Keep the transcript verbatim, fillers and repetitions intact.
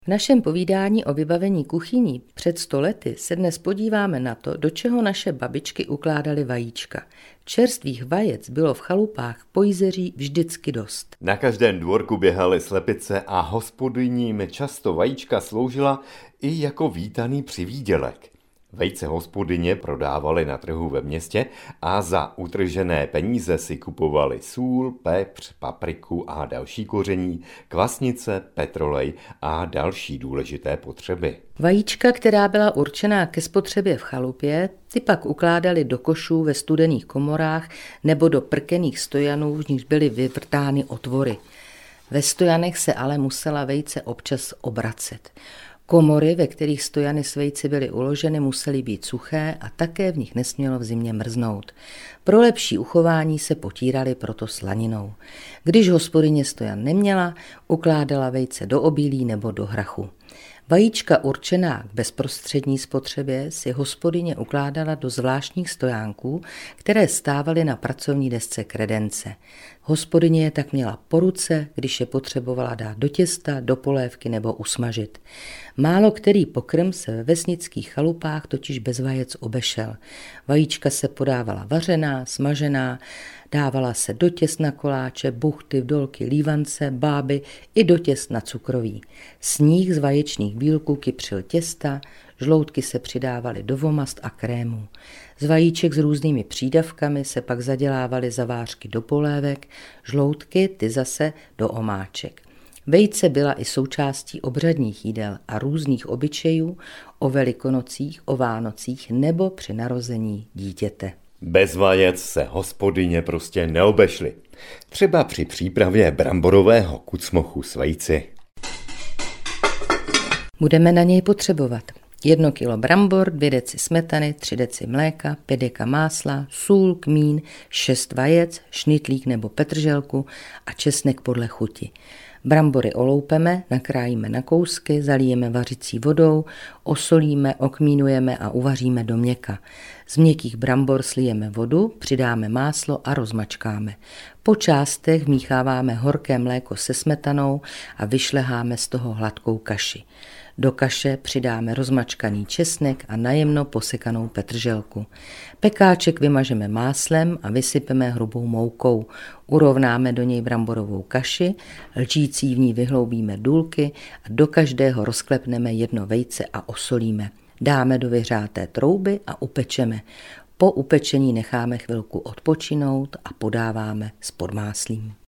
V našem povídání o vybavení kuchyní před sto lety se dnes podíváme na to, do čeho naše babičky ukládaly vajíčka. Čerstvých vajec bylo v chalupách po Jizeří vždycky dost. Na každém dvorku běhaly slepice a hospodyním často vajíčka sloužila i jako vítaný přivídělek. Vejce hospodyně prodávali na trhu ve městě a za utržené peníze si kupovali sůl, pepř, papriku a další koření, kvasnice, petrolej a další důležité potřeby. Vajíčka, která byla určená ke spotřebě v chalupě, ty pak ukládali do košů ve studených komorách nebo do prkených stojanů, v nichž byly vyvrtány otvory. Ve stojanech se ale musela vejce občas obracet. Komory, ve kterých stojany s vejci byly uloženy, musely být suché a také v nich nesmělo v zimě mrznout. Pro lepší uchování se potíraly proto slaninou. Když hospodyně stojan neměla, ukládala vejce do obilí nebo do hrachu. Vajíčka určená k bezprostřední spotřebě si hospodyně ukládala do zvláštních stojánků, které stávaly na pracovní desce kredence. Hospodyně je tak měla po ruce, když je potřebovala dát do těsta, do polévky nebo usmažit. Málo který pokrm se ve vesnických chalupách totiž bez vajec obešel. Vajíčka se podávala vařená, smažená, dávala se do těst na koláče, buchty, vdolky, lívance, báby i do těst na cukroví. Sníh z vaječných bílků kypřil těsta, žloutky se přidávaly do vomast a krémů. Z vajíček s různými přídavkami se pak zadělávaly zavářky do polévek, žloutky ty zase do omáček. Vejce byla i součástí obřadních jídel a různých obyčejů o velikonocích, o Vánocích nebo při narození dítěte. Bez vajec se hospodyně prostě neobešly. Třeba při přípravě bramborového kucmochu s vejci. Budeme na něj potřebovat jedno kilo brambor, dvě deci smetany, tři deci mléka, pět deka másla, sůl, kmín, šest vajec, šnitlík nebo petrželku a česnek podle chuti. Brambory oloupeme, nakrájíme na kousky, zalijeme vařicí vodou, osolíme, okmínujeme a uvaříme do měka. Z měkkých brambor slijeme vodu, přidáme máslo a rozmačkáme. Po částech mícháváme horké mléko se smetanou a vyšleháme z toho hladkou kaši. Do kaše přidáme rozmačkaný česnek a najemno posekanou petrželku. Pekáček vymažeme máslem a vysypeme hrubou moukou. Urovnáme do něj bramborovou kaši, lžící v ní vyhloubíme důlky a do každého rozklepneme jedno vejce a osolíme. Dáme do vyhřáté trouby a upečeme. Po upečení necháme chvilku odpočinout a podáváme s podmáslím.